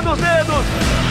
dos dedos.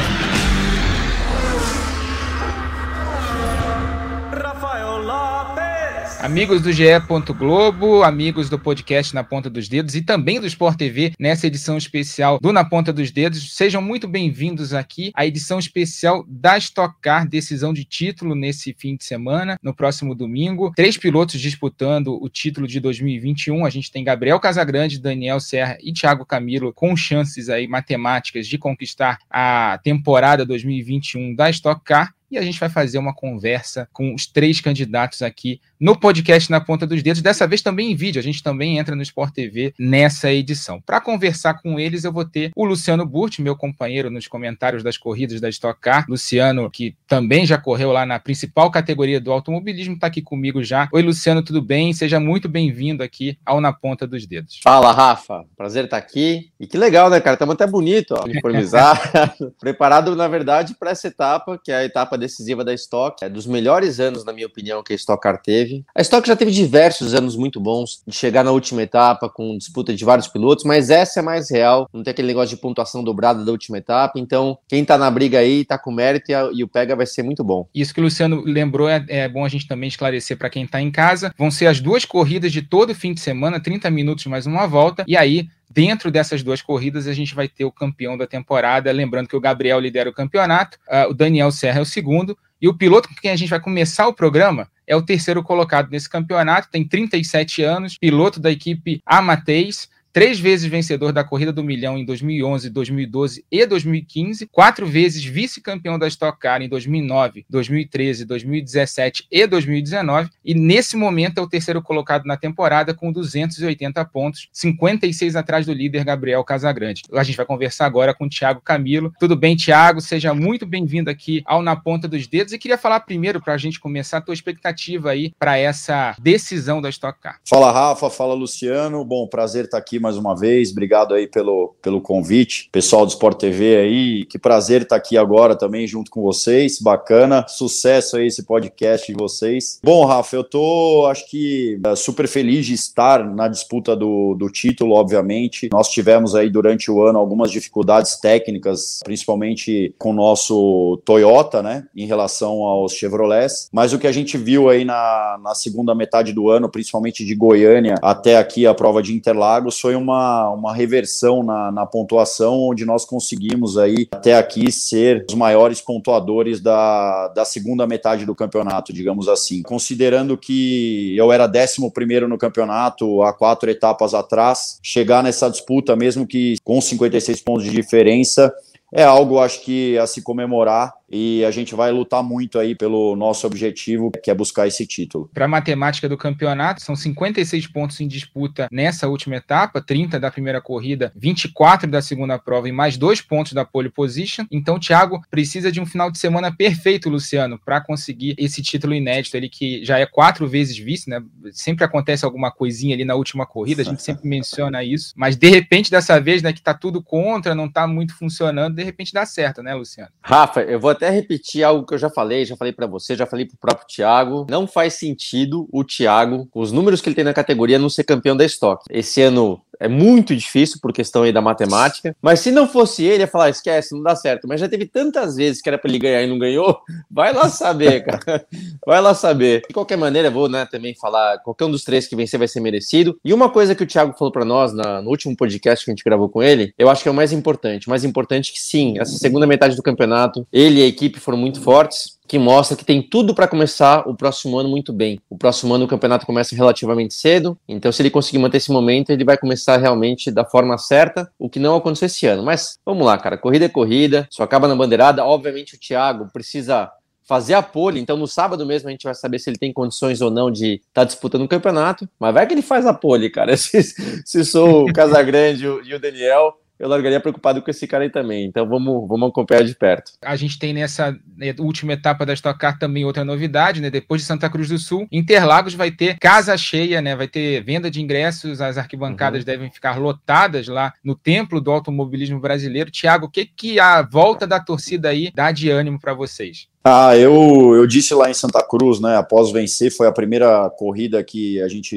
Rafael Lopes. Amigos do GE. Globo, amigos do podcast Na Ponta dos Dedos e também do Sport TV, nessa edição especial do Na Ponta dos Dedos, sejam muito bem-vindos aqui à edição especial da Stock Car, decisão de título nesse fim de semana, no próximo domingo. 3 pilotos disputando o título de 2021, a gente tem Gabriel Casagrande, Daniel Serra e Thiago Camilo com chances aí matemáticas de conquistar a temporada 2021 da Stock Car. E a gente vai fazer uma conversa com os 3 candidatos aqui no podcast Na Ponta dos Dedos, dessa vez também em vídeo, a gente também entra no Sport TV nessa edição. Para conversar com eles, eu vou ter o Luciano Burti, meu companheiro nos comentários das corridas da Stock Car. Luciano, que também já correu lá na principal categoria do automobilismo, está aqui comigo já. Oi, Luciano, tudo bem? Seja muito bem-vindo aqui ao Na Ponta dos Dedos. Fala, Rafa. Prazer estar aqui. E que legal, né, cara? Estamos até bonito, ó, uniformizar. Preparado, na verdade, para essa etapa, que é a etapa decisiva da Stock. É dos melhores anos, na minha opinião, que a Stock Car teve. A Stock já teve diversos anos muito bons, de chegar na última etapa com disputa de vários pilotos, mas essa é mais real, não tem aquele negócio de pontuação dobrada da última etapa, então quem tá na briga aí tá com mérito e o pega vai ser muito bom. Isso que o Luciano lembrou é bom a gente também esclarecer para quem tá em casa. Vão ser as 2 corridas de todo fim de semana, 30 minutos mais uma volta, e aí dentro dessas 2 corridas, a gente vai ter o campeão da temporada. Lembrando que o Gabriel lidera o campeonato, o Daniel Serra é o segundo, e o piloto com quem a gente vai começar o programa é o 3º colocado nesse campeonato, tem 37 anos, piloto da equipe Amateis, 3 vezes vencedor da Corrida do Milhão em 2011, 2012 e 2015, 4 vezes vice-campeão da Stock Car em 2009, 2013, 2017 e 2019, e nesse momento é o 3º colocado na temporada com 280 pontos, 56 atrás do líder Gabriel Casagrande. A gente vai conversar agora com o Thiago Camilo. Tudo bem, Thiago? Seja muito bem-vindo aqui ao Na Ponta dos Dedos, e queria falar primeiro, para a gente começar, a tua expectativa aí para essa decisão da Stock Car. Fala, Rafa, fala, Luciano. Bom, prazer estar aqui mais uma vez, obrigado aí pelo convite, pessoal do Sport TV aí, que prazer estar aqui agora também junto com vocês, bacana, sucesso aí esse podcast de vocês. Bom, Rafa, eu tô, acho que super feliz de estar na disputa do título, obviamente. Nós tivemos aí durante o ano algumas dificuldades técnicas, principalmente com o nosso Toyota, né, em relação aos Chevrolets, mas o que a gente viu aí na segunda metade do ano, principalmente de Goiânia até aqui a prova de Interlagos, foi uma reversão na pontuação, onde nós conseguimos aí até aqui ser os maiores pontuadores da segunda metade do campeonato, digamos assim. Considerando que eu era 11º no campeonato há 4 etapas atrás, chegar nessa disputa, mesmo que com 56 pontos de diferença, é algo, acho que, a se comemorar, e a gente vai lutar muito aí pelo nosso objetivo, que é buscar esse título. Para a matemática do campeonato, são 56 pontos em disputa nessa última etapa, 30 da primeira corrida, 24 da segunda prova e mais 2 pontos da pole position. Então o Thiago precisa de um final de semana perfeito, Luciano, para conseguir esse título inédito. Ele que já é 4 vezes vice, né? Sempre acontece alguma coisinha ali na última corrida, a gente sempre menciona isso, mas de repente dessa vez, né, que tá tudo contra, não tá muito funcionando, de repente dá certo, né, Luciano? Rafa, eu vou até repetir algo que eu já falei para você, já falei pro próprio Thiago. Não faz sentido o Thiago, com os números que ele tem na categoria, não ser campeão da Stock. Esse ano é muito difícil por questão aí da matemática, mas se não fosse ele, ia falar, esquece, não dá certo. Mas já teve tantas vezes que era para ele ganhar e não ganhou, vai lá saber, cara. Vai lá saber. De qualquer maneira, eu vou, né, também falar, qualquer um dos 3 que vencer vai ser merecido. E uma coisa que o Thiago falou para nós no último podcast que a gente gravou com ele, eu acho que é o mais importante. Mais importante que sim, essa segunda metade do campeonato, ele e a equipe foram muito fortes, que mostra que tem tudo para começar o próximo ano muito bem. O próximo ano o campeonato começa relativamente cedo, então se ele conseguir manter esse momento, ele vai começar realmente da forma certa, o que não aconteceu esse ano. Mas vamos lá, cara, corrida é corrida, só acaba na bandeirada. Obviamente o Thiago precisa fazer a pole, então no sábado mesmo a gente vai saber se ele tem condições ou não de estar disputando o campeonato, mas vai que ele faz a pole, cara. Se sou o Casagrande e o Daniel, eu largaria preocupado com esse cara aí também. Então vamos acompanhar de perto. A gente tem nessa última etapa da Stock Car também outra novidade, né? Depois de Santa Cruz do Sul, Interlagos vai ter casa cheia, né? Vai ter venda de ingressos, as arquibancadas devem ficar lotadas lá no templo do automobilismo brasileiro. Thiago, o que a volta da torcida aí dá de ânimo para vocês? Eu disse lá em Santa Cruz, né? Após vencer, foi a primeira corrida que a gente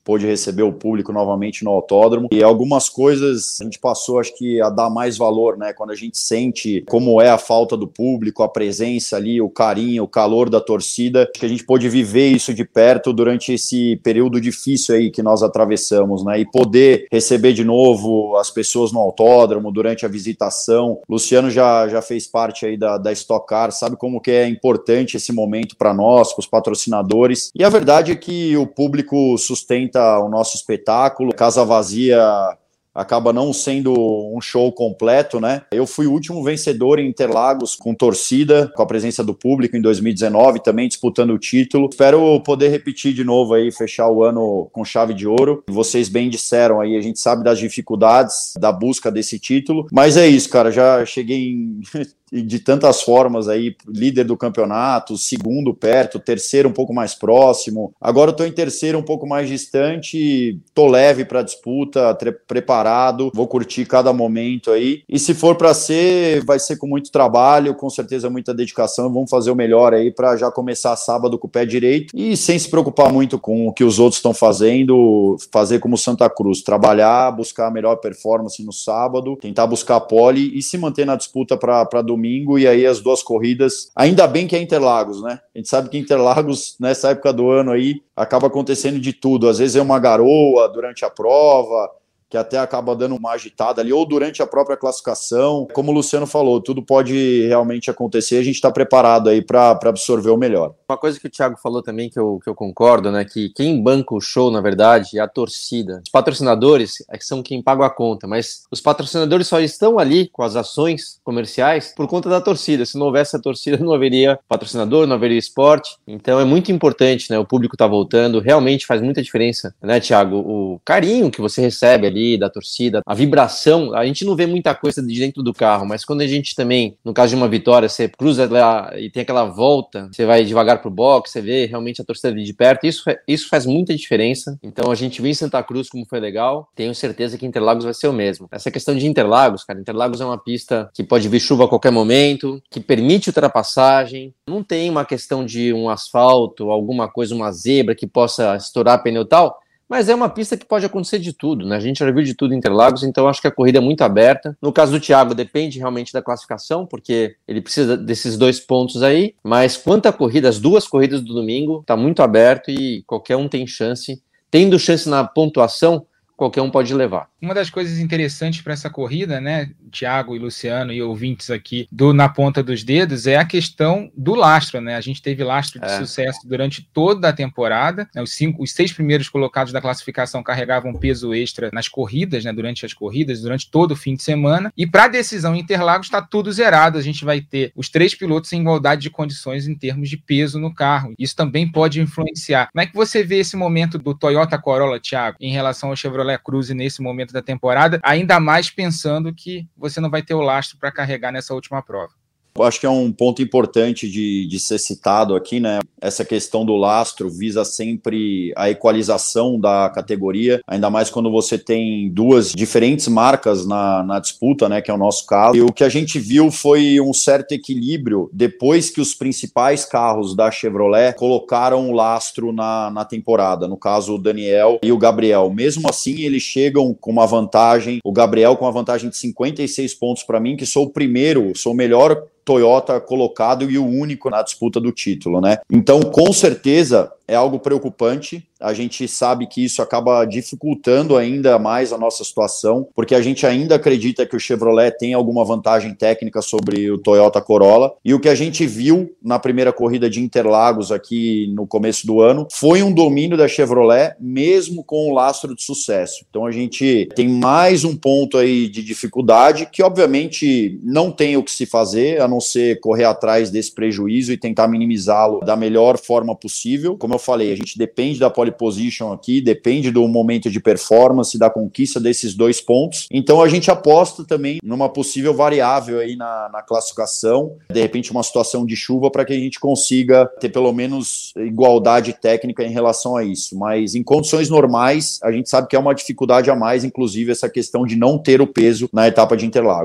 pôde receber o público novamente no autódromo. E algumas coisas a gente passou, acho que, a dar mais valor, né? Quando a gente sente como é a falta do público, a presença ali, o carinho, o calor da torcida, acho que a gente pôde viver isso de perto durante esse período difícil aí que nós atravessamos, né? E poder receber de novo as pessoas no autódromo durante a visitação. Luciano já fez parte aí da Stock Car, sabe como que é importante esse momento para nós, para os patrocinadores. E a verdade é que o público sustenta o nosso espetáculo. Casa vazia acaba não sendo um show completo, né? Eu fui o último vencedor em Interlagos com torcida, com a presença do público em 2019, também disputando o título. Espero poder repetir de novo aí, fechar o ano com chave de ouro. Vocês bem disseram aí, a gente sabe das dificuldades da busca desse título, mas é isso, cara, já cheguei de tantas formas aí, líder do campeonato, segundo perto, terceiro um pouco mais próximo, agora eu tô em terceiro um pouco mais distante, tô leve pra disputa, preparado, vou curtir cada momento aí, e se for pra ser, vai ser com muito trabalho, com certeza muita dedicação, vamos fazer o melhor aí pra já começar sábado com o pé direito, e sem se preocupar muito com o que os outros estão fazendo, fazer como Santa Cruz, trabalhar, buscar a melhor performance no sábado, tentar buscar a pole e se manter na disputa pra domingo, e aí as duas corridas, ainda bem que é Interlagos, né? A gente sabe que Interlagos, nessa época do ano aí, acaba acontecendo de tudo, às vezes é uma garoa durante a prova, que até acaba dando uma agitada ali, ou durante a própria classificação. Como o Luciano falou, tudo pode realmente acontecer, a gente está preparado aí para absorver o melhor. Uma coisa que o Thiago falou também, que eu concordo, né, que quem banca o show, na verdade, é a torcida. Os patrocinadores são quem paga a conta, mas os patrocinadores só estão ali com as ações comerciais por conta da torcida. Se não houvesse a torcida, não haveria patrocinador, não haveria esporte. Então é muito importante, né, o público tá voltando, realmente faz muita diferença, né, Thiago, o carinho que você recebe ali da torcida, a vibração, a gente não vê muita coisa de dentro do carro, mas quando a gente também, no caso de uma vitória, você cruza lá e tem aquela volta, você vai devagar pro box, você vê realmente a torcida ali de perto, isso faz muita diferença. Então a gente viu em Santa Cruz como foi legal, tenho certeza que Interlagos vai ser o mesmo. Essa questão de Interlagos, cara, Interlagos é uma pista que pode vir chuva a qualquer momento, que permite ultrapassagem, não tem uma questão de um asfalto, alguma coisa, uma zebra que possa estourar pneu e tal, mas é uma pista que pode acontecer de tudo, né? A gente já viu de tudo em Interlagos, então acho que a corrida é muito aberta. No caso do Thiago, depende realmente da classificação, porque ele precisa desses 2 pontos aí, mas quanto à corrida, as 2 corridas do domingo, tá muito aberto e qualquer um tem chance. Tendo chance na pontuação, qualquer um pode levar. Uma das coisas interessantes para essa corrida, né, Thiago e Luciano e ouvintes aqui do Na Ponta dos Dedos, é a questão do lastro, né? A gente teve lastro de sucesso durante toda a temporada, né? Os 6 primeiros colocados da classificação carregavam peso extra nas corridas, né, durante as corridas, durante todo o fim de semana, e para a decisão em Interlagos está tudo zerado, a gente vai ter os 3 pilotos em igualdade de condições em termos de peso no carro, isso também pode influenciar. Como é que você vê esse momento do Toyota Corolla, Thiago, em relação ao Chevrolet Cruze nesse momento da temporada, ainda mais pensando que você não vai ter o lastro para carregar nessa última prova? Eu acho que é um ponto importante de ser citado aqui, né? Essa questão do lastro visa sempre a equalização da categoria, ainda mais quando você tem 2 diferentes marcas na disputa, né? Que é o nosso caso. E o que a gente viu foi um certo equilíbrio depois que os principais carros da Chevrolet colocaram o lastro na temporada. No caso, o Daniel e o Gabriel. Mesmo assim, eles chegam com uma vantagem. O Gabriel com uma vantagem de 56 pontos para mim, que sou o melhor Toyota colocado e o único na disputa do título, né? Então, com certeza, é algo preocupante. A gente sabe que isso acaba dificultando ainda mais a nossa situação, porque a gente ainda acredita que o Chevrolet tem alguma vantagem técnica sobre o Toyota Corolla, e o que a gente viu na primeira corrida de Interlagos aqui no começo do ano foi um domínio da Chevrolet, mesmo com o lastro de sucesso. Então a gente tem mais um ponto aí de dificuldade, que obviamente não tem o que se fazer, a não ser correr atrás desse prejuízo e tentar minimizá-lo da melhor forma possível. Como eu falei, a gente depende da pole position aqui, depende do momento de performance, da conquista desses 2 pontos. Então a gente aposta também numa possível variável aí na classificação, de repente uma situação de chuva, para que a gente consiga ter pelo menos igualdade técnica em relação a isso. Mas em condições normais, a gente sabe que é uma dificuldade a mais, inclusive essa questão de não ter o peso na etapa de Interlagos.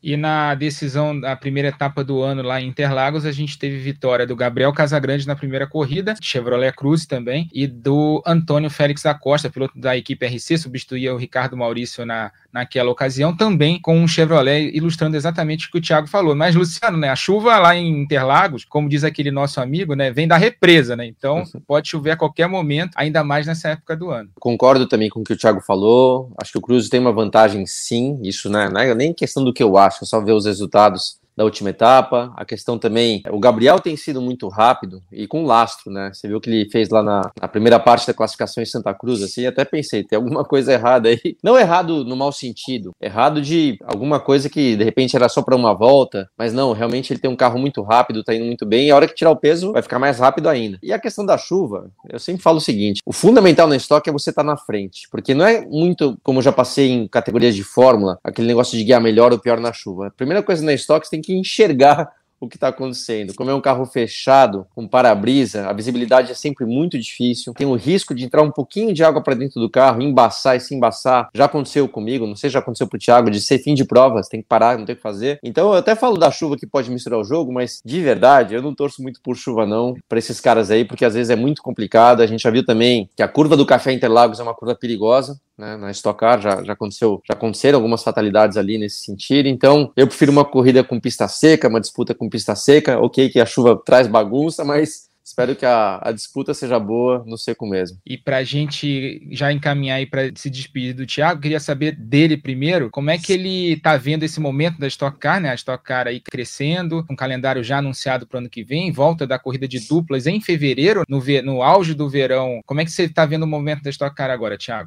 E na decisão da primeira etapa do ano lá em Interlagos, a gente teve vitória do Gabriel Casagrande na primeira corrida, Chevrolet Cruze também, e do Antônio Félix da Costa, piloto da equipe RC, substituía o Ricardo Maurício naquela ocasião, também com um Chevrolet, ilustrando exatamente o que o Thiago falou. Mas, Luciano, né, a chuva lá em Interlagos, como diz aquele nosso amigo, né, vem da represa, né? Então pode chover a qualquer momento, ainda mais nessa época do ano. Concordo também com o que o Thiago falou. Acho que o Cruze tem uma vantagem, sim. Isso não é nem questão do que eu acho, é só ver os resultados da última etapa. A questão também, o Gabriel tem sido muito rápido e com lastro, né? Você viu o que ele fez lá na primeira parte da classificação em Santa Cruz, assim, até pensei, tem alguma coisa errada aí. Não errado no mau sentido, errado de alguma coisa que de repente era só para uma volta, mas não, realmente ele tem um carro muito rápido, tá indo muito bem, e a hora que tirar o peso vai ficar mais rápido ainda. E a questão da chuva, eu sempre falo o seguinte, o fundamental na estoque é você estar na frente, porque não é muito, como eu já passei em categorias de fórmula, aquele negócio de guiar melhor ou pior na chuva. A primeira coisa na estoque, você tem que enxergar o que está acontecendo. Como é um carro fechado, com para-brisa, a visibilidade é sempre muito difícil, tem o risco de entrar um pouquinho de água para dentro do carro, embaçar e se embaçar. Já aconteceu comigo, não sei se já aconteceu pro Thiago, de ser fim de prova, você tem que parar, não tem o que fazer. Então eu até falo da chuva que pode misturar o jogo, mas de verdade, eu não torço muito por chuva não, para esses caras aí, porque às vezes é muito complicado. A gente já viu também que a curva do Café Interlagos é uma curva perigosa, né, na Stock Car, já aconteceram algumas fatalidades ali nesse sentido. Então eu prefiro uma corrida com pista seca, uma disputa com pista seca. Ok que a chuva traz bagunça, mas espero que a disputa seja boa no seco mesmo. E para a gente já encaminhar aí para se despedir do Thiago, queria saber dele primeiro, como é que ele está vendo esse momento da Stock Car, né? A Stock Car aí crescendo, um calendário já anunciado para o ano que vem, volta da corrida de duplas em fevereiro, no auge do verão. Como é que você está vendo o momento da Stock Car agora, Thiago?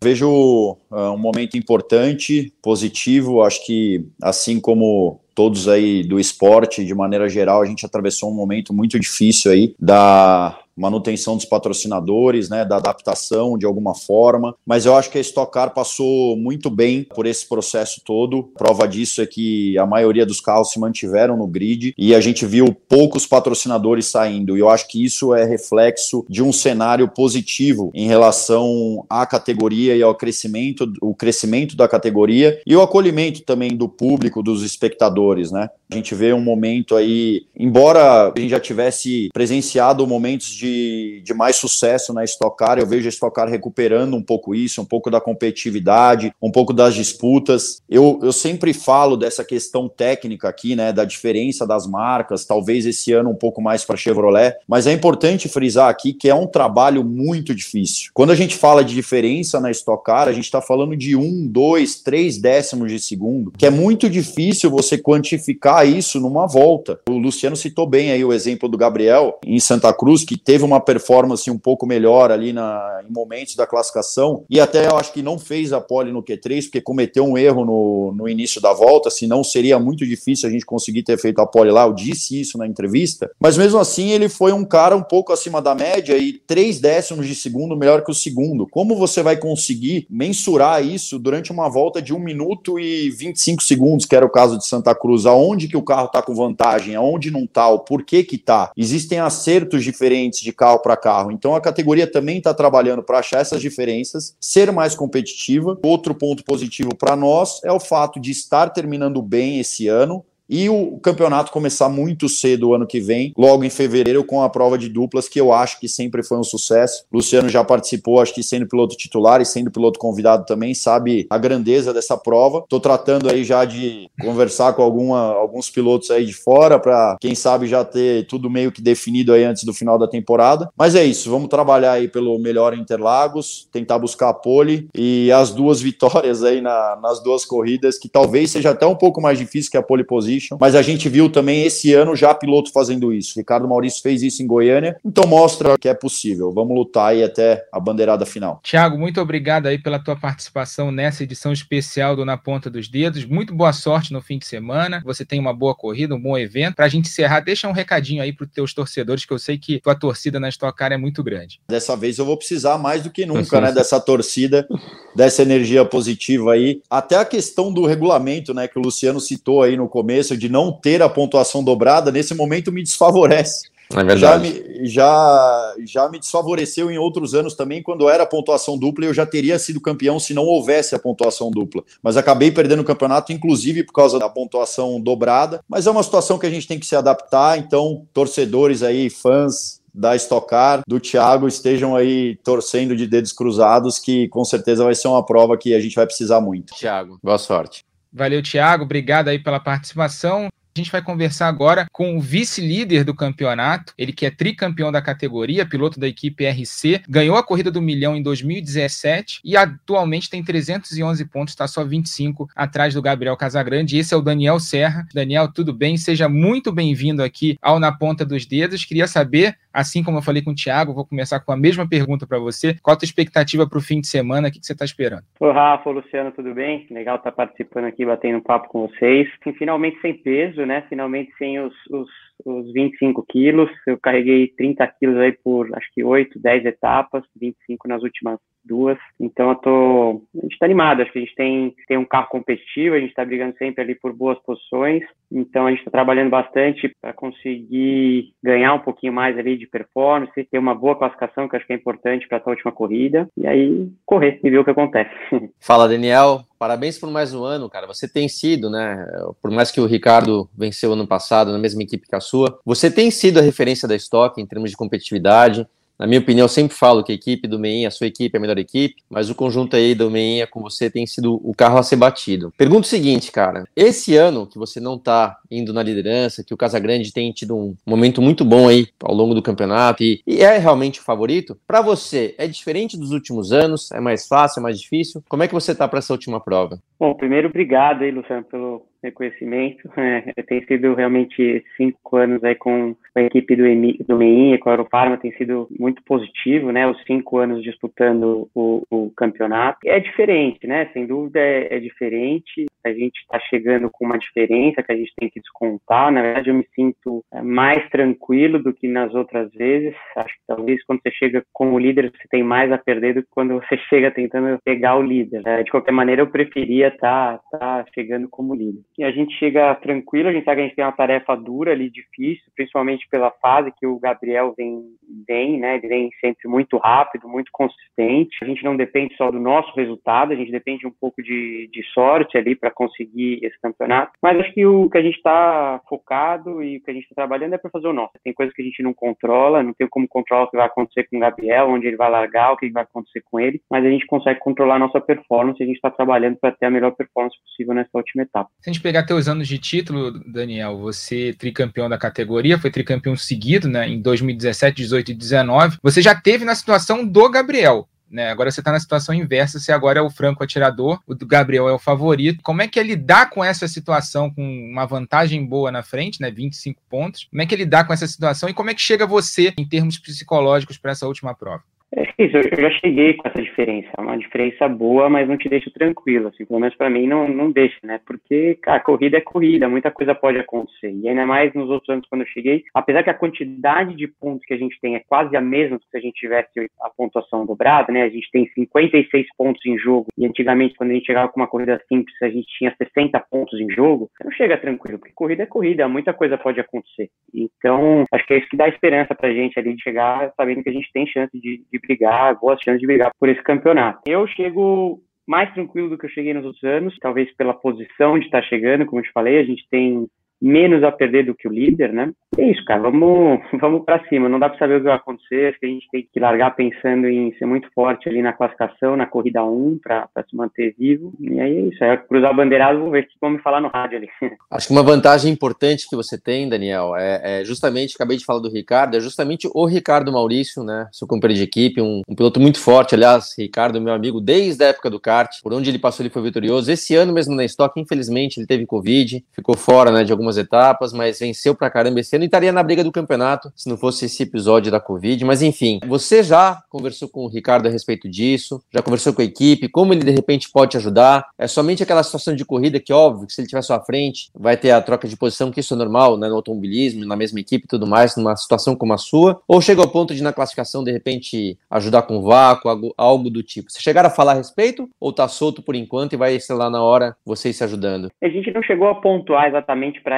Vejo um momento importante, positivo. Acho que, assim como todos aí do esporte, de maneira geral, a gente atravessou um momento muito difícil aí da manutenção dos patrocinadores, né, da adaptação de alguma forma, mas eu acho que a Stock Car passou muito bem por esse processo todo. Prova disso é que a maioria dos carros se mantiveram no grid e a gente viu poucos patrocinadores saindo, e eu acho que isso é reflexo de um cenário positivo em relação à categoria e ao crescimento, o crescimento da categoria e o acolhimento também do público, dos espectadores, né? A gente vê um momento aí, embora a gente já tivesse presenciado momentos de mais sucesso na Stock Car, eu vejo a Stock Car recuperando um pouco isso, um pouco da competitividade, um pouco das disputas. Eu sempre falo dessa questão técnica aqui, né, da diferença das marcas, talvez esse ano um pouco mais para Chevrolet, mas é importante frisar aqui que é um trabalho muito difícil. Quando a gente fala de diferença na Stock Car, a gente está falando de 1, 2, 3 décimos de segundo, que é muito difícil você quantificar isso numa volta. O Luciano citou bem aí o exemplo do Gabriel em Santa Cruz, que teve uma performance um pouco melhor ali em momentos da classificação, e até eu acho que não fez a pole no Q3, porque cometeu um erro no início da volta, senão seria muito difícil a gente conseguir ter feito a pole lá. Eu disse isso na entrevista, mas mesmo assim ele foi um cara um pouco acima da média e 3 décimos de segundo melhor que o segundo. Como você vai conseguir mensurar isso durante uma volta de 1 minuto e 25 segundos, que era o caso de Santa Cruz? Aonde que o carro está com vantagem, aonde não está, o porquê que está? Existem acertos diferentes de carro para carro, então a categoria também está trabalhando para achar essas diferenças, ser mais competitiva. Outro ponto positivo para nós é o fato de estar terminando bem esse ano e o campeonato começar muito cedo o ano que vem, logo em fevereiro, com a prova de duplas, que eu acho que sempre foi um sucesso. Luciano já participou, acho que sendo piloto titular e sendo piloto convidado também, sabe a grandeza dessa prova. Estou tratando aí já de conversar com alguns pilotos aí de fora, para quem sabe já ter tudo meio que definido aí antes do final da temporada. Mas é isso, vamos trabalhar aí pelo melhor Interlagos, tentar buscar a pole e as 2 vitórias aí nas 2 corridas, que talvez seja até um pouco mais difícil que a pole position, mas a gente viu também esse ano já piloto fazendo isso. Ricardo Maurício fez isso em Goiânia, então mostra que é possível. Vamos lutar aí até a bandeirada final. Thiago, muito obrigado aí pela tua participação nessa edição especial do Na Ponta dos Dedos. Muito boa sorte no fim de semana. Você tem uma boa corrida, um bom evento. Pra gente encerrar, deixa um recadinho aí pros teus torcedores, que eu sei que tua torcida na Stock Car é muito grande. Dessa vez eu vou precisar mais do que nunca, né, dessa torcida, dessa energia positiva aí. Até a questão do regulamento, né, que o Luciano citou aí no começo, de não ter a pontuação dobrada, nesse momento me desfavorece. É verdade. Já me desfavoreceu em outros anos também, quando era pontuação dupla, eu já teria sido campeão se não houvesse a pontuação dupla. Mas acabei perdendo o campeonato, inclusive por causa da pontuação dobrada. Mas é uma situação que a gente tem que se adaptar, então, torcedores aí, fãs da Stock Car, do Thiago, estejam aí torcendo de dedos cruzados, que com certeza vai ser uma prova que a gente vai precisar muito. Thiago, boa sorte. Valeu, Thiago. Obrigado aí pela participação. A gente vai conversar agora com o vice-líder do campeonato, ele que é tricampeão da categoria, piloto da equipe RC, ganhou a Corrida do Milhão em 2017 e atualmente tem 311 pontos, está só 25 atrás do Gabriel Casagrande. Esse é o Daniel Serra. Daniel, tudo bem? Seja muito bem-vindo aqui ao Na Ponta dos Dedos. Queria saber, assim como eu falei com o Thiago, vou começar com a mesma pergunta para você. Qual a tua expectativa para o fim de semana? O que você está esperando? Oi, Rafa, Luciano, tudo bem? Legal estar participando aqui, batendo um papo com vocês. Finalmente sem peso, né? Finalmente sem os 25 quilos. Eu carreguei 30 quilos aí por, acho que 8, 10 etapas, 25 nas últimas 2. Então a gente tá animado, acho que a gente tem um carro competitivo, a gente tá brigando sempre ali por boas posições, então a gente tá trabalhando bastante para conseguir ganhar um pouquinho mais ali de performance, ter uma boa classificação, que eu acho que é importante para essa última corrida, e aí correr e ver o que acontece. Fala, Daniel. Parabéns por mais um ano, cara. Você tem sido, né? Por mais que o Ricardo venceu ano passado na mesma equipe que a sua, você tem sido a referência da Stock em termos de competitividade. Na minha opinião, eu sempre falo que a equipe do Meinha, a sua equipe é a melhor equipe, mas o conjunto aí do Meinha com você tem sido o carro a ser batido. Pergunta o seguinte, cara, esse ano que você não tá indo na liderança, que o Casagrande tem tido um momento muito bom aí ao longo do campeonato e é realmente o favorito, pra você é diferente dos últimos anos? É mais fácil, é mais difícil? Como é que você tá pra essa última prova? Bom, primeiro, obrigado aí, Luciano, pelo reconhecimento. Tem sido realmente 5 anos aí com a equipe do Meinha, com a Aerofarma, tem sido muito positivo, né? Os 5 anos disputando o campeonato. É diferente, né? Sem dúvida é diferente. A gente está chegando com uma diferença que a gente tem que descontar. Na verdade, eu me sinto mais tranquilo do que nas outras vezes. Acho que talvez quando você chega como líder, você tem mais a perder do que quando você chega tentando pegar o líder. De qualquer maneira, eu preferia estar chegando como líder. E a gente chega tranquilo, a gente sabe que a gente tem uma tarefa dura ali, difícil, principalmente pela fase que o Gabriel vem, né? Ele vem sempre muito rápido, muito consistente. A gente não depende só do nosso resultado, a gente depende um pouco de sorte ali para conseguir esse campeonato. Mas acho que o que a gente está focado e o que a gente está trabalhando é para fazer o nosso. Tem coisas que a gente não controla, não tem como controlar o que vai acontecer com o Gabriel, onde ele vai largar, o que vai acontecer com ele, mas a gente consegue controlar a nossa performance e a gente está trabalhando para ter a melhor performance possível nessa última etapa. Se a gente pegar teus anos de título, Daniel, você tricampeão da categoria, foi tricampeão seguido, né, em 2017, 18 e 19, você já teve na situação do Gabriel, né? Agora você está na situação inversa, você agora é o franco atirador, o do Gabriel é o favorito. Como é que é lidar com essa situação, com uma vantagem boa na frente, né, 25 pontos? Como é que é lidar com essa situação e como é que chega você em termos psicológicos para essa última prova? É isso, eu já cheguei com essa diferença, é uma diferença boa, mas não te deixa tranquilo, assim, pelo menos para mim não deixa, né, porque, cara, corrida é corrida, muita coisa pode acontecer, e ainda mais nos outros anos quando eu cheguei, apesar que a quantidade de pontos que a gente tem é quase a mesma que se a gente tivesse a pontuação dobrada, né, a gente tem 56 pontos em jogo, e antigamente quando a gente chegava com uma corrida simples, a gente tinha 60 pontos em jogo, você não chega tranquilo, porque corrida é corrida, muita coisa pode acontecer, então, acho que é isso que dá esperança pra gente ali, de chegar sabendo que a gente tem chance de brigar, boas chances de brigar por esse campeonato. Eu chego mais tranquilo do que eu cheguei nos outros anos, talvez pela posição de estar chegando, como eu te falei, a gente tem menos a perder do que o líder, né? É isso, cara, vamos pra cima, não dá pra saber o que vai acontecer, acho que a gente tem que largar pensando em ser muito forte ali na classificação, na corrida 1, pra se manter vivo, e aí é isso, aí cruzar a bandeirada, vamos ver o que vão me falar no rádio ali. Acho que uma vantagem importante que você tem, Daniel, é justamente, acabei de falar do Ricardo, é justamente o Ricardo Maurício, né, seu companheiro de equipe, um piloto muito forte, aliás, Ricardo, meu amigo, desde a época do kart, por onde ele passou ele foi vitorioso, esse ano mesmo na Stock, infelizmente, ele teve Covid, ficou fora, né, de algumas etapas, mas venceu pra caramba esse ano e estaria na briga do campeonato se não fosse esse episódio da Covid, mas enfim, você já conversou com o Ricardo a respeito disso, já conversou com a equipe, como ele de repente pode te ajudar, é somente aquela situação de corrida que óbvio que se ele estiver à sua frente, vai ter a troca de posição, que isso é normal, né, no automobilismo, na mesma equipe e tudo mais, numa situação como a sua, ou chega ao ponto de na classificação de repente ajudar com vácuo, algo do tipo. Você chegaram a falar a respeito ou tá solto por enquanto e vai ser lá na hora vocês se ajudando? A gente não chegou a pontuar exatamente para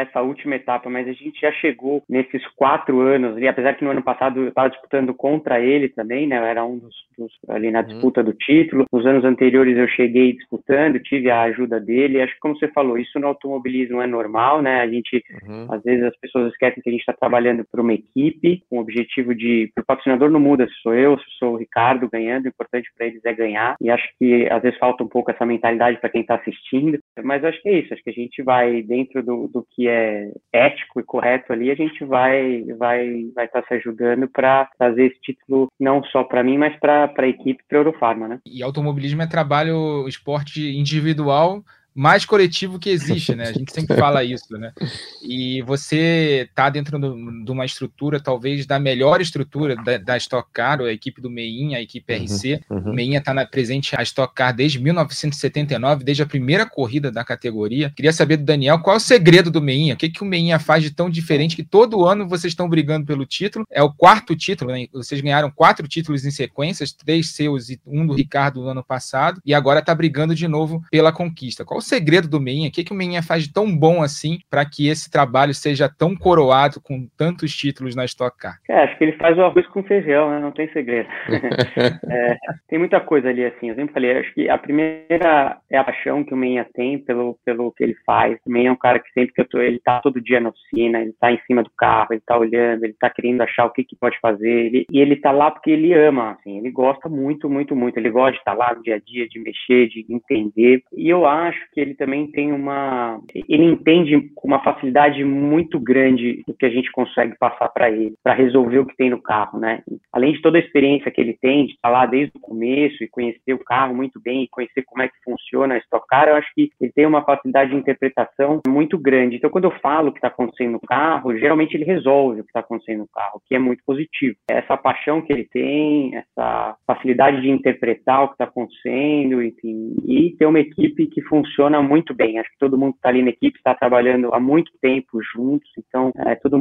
essa última etapa, mas a gente já chegou nesses 4 anos, e apesar que no ano passado eu estava disputando contra ele também, né, eu era um dos ali na disputa do título, nos anos anteriores eu cheguei disputando, tive a ajuda dele, acho que como você falou, isso no automobilismo é normal, né, a gente, às vezes as pessoas esquecem que a gente está trabalhando para uma equipe, com o objetivo de, o patrocinador não muda se sou eu, se sou o Ricardo ganhando, o importante para eles é ganhar, e acho que às vezes falta um pouco essa mentalidade para quem está assistindo, mas acho que é isso, acho que a gente vai dentro do que é ético e correto ali, a gente vai estar se ajudando para trazer esse título não só para mim, mas para a equipe, para a Eurofarma, né? E automobilismo é trabalho, esporte individual mais coletivo que existe, né? A gente sempre fala isso, né? E você tá dentro de uma estrutura, talvez, da melhor estrutura da Stock Car, a equipe do Meinha, a equipe RC. O Meinha está presente a Stock Car desde 1979, desde a primeira corrida da categoria. Queria saber do Daniel, qual é o segredo do Meinha? O que o Meinha faz de tão diferente que todo ano vocês estão brigando pelo título? É o 4º título, né? Vocês ganharam 4 títulos em sequência, 3 seus e 1 do Ricardo no ano passado, e agora está brigando de novo pela conquista. Qual o segredo do Meinha? O que o Meinha faz de tão bom assim para que esse trabalho seja tão coroado com tantos títulos na Stock Car? Acho que ele faz o arroz com feijão, né? Não tem segredo. Tem muita coisa ali, assim, eu sempre falei, acho que a primeira é a paixão que o Meinha tem pelo que ele faz. O Meinha é um cara que sempre que eu tô, ele tá todo dia na oficina, ele tá em cima do carro, ele tá olhando, ele tá querendo achar o que pode fazer, e ele tá lá porque ele ama, assim, ele gosta muito, muito, muito, ele gosta de estar lá no dia a dia, de mexer, de entender, e eu acho que ele também tem ele entende com uma facilidade muito grande o que a gente consegue passar para ele, para resolver o que tem no carro, né? Além de toda a experiência que ele tem, de estar lá desde o começo e conhecer o carro muito bem, e conhecer como é que funciona a Stock Car, eu acho que ele tem uma facilidade de interpretação muito grande. Então, quando eu falo o que está acontecendo no carro, geralmente ele resolve o que está acontecendo no carro, o que é muito positivo. Essa paixão que ele tem, essa facilidade de interpretar o que está acontecendo, enfim, e ter uma equipe que funciona muito bem. Acho que todo mundo que está ali na equipe está trabalhando há muito tempo juntos, então todo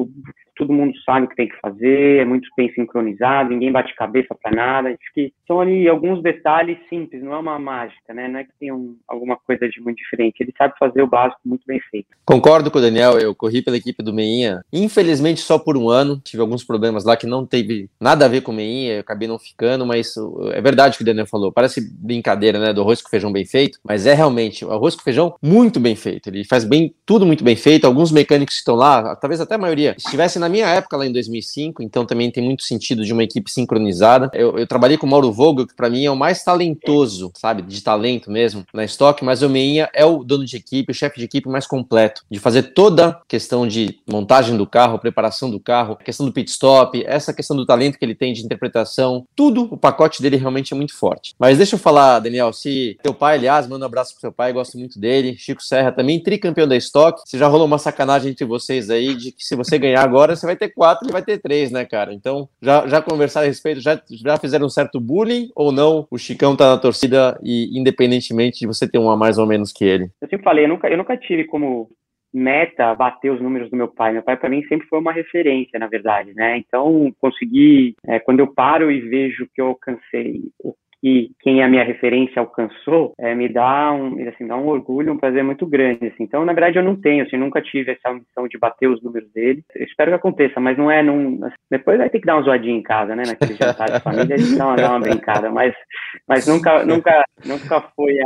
mundo sabe o que tem que fazer, é muito bem sincronizado, ninguém bate cabeça para nada. Acho que são ali alguns detalhes simples, não é uma mágica, né? Não é que tem alguma coisa de muito diferente. Ele sabe fazer o básico muito bem feito. Concordo com o Daniel, eu corri pela equipe do Meinha, infelizmente só por um ano, tive alguns problemas lá que não teve nada a ver com o Meinha, eu acabei não ficando, mas é verdade o que o Daniel falou, parece brincadeira, né, do arroz com feijão bem feito, mas é realmente o arroz com feijão muito bem feito, ele faz tudo muito bem feito, alguns mecânicos que estão lá, talvez até a maioria, estivessem na minha época lá em 2005, então também tem muito sentido de uma equipe sincronizada. Eu trabalhei com o Mauro Vogel, que pra mim é o mais talentoso, sabe, de talento mesmo, na Stock, mas o Meinha é o dono de equipe, o chefe de equipe mais completo, de fazer toda a questão de montagem do carro, preparação do carro, questão do pit stop, essa questão do talento que ele tem de interpretação, tudo, o pacote dele realmente é muito forte. Mas deixa eu falar, Daniel, se teu pai, aliás, manda um abraço pro seu pai, gosto muito dele, Chico Serra também, tricampeão da Stock, se já rolou uma sacanagem entre vocês aí, de que se você ganhar agora, você vai ter 4 e vai ter 3, né, cara? Então, já conversaram a respeito, já fizeram um certo bullying ou não? O Chicão tá na torcida e independentemente de você ter um a mais ou menos que ele. Eu sempre falei, eu nunca tive como meta bater os números do meu pai. Meu pai, para mim, sempre foi uma referência, na verdade, né? Então, conseguir, quando eu paro e vejo que eu alcancei que quem é a minha referência alcançou, me dá um orgulho, um prazer muito grande, assim. Então, na verdade, eu não tenho, assim, nunca tive essa missão de bater os números dele. Eu espero que aconteça, mas não é, depois vai ter que dar uma zoadinha em casa, né, naquele jantar de família, a gente dá uma brincada, mas nunca foi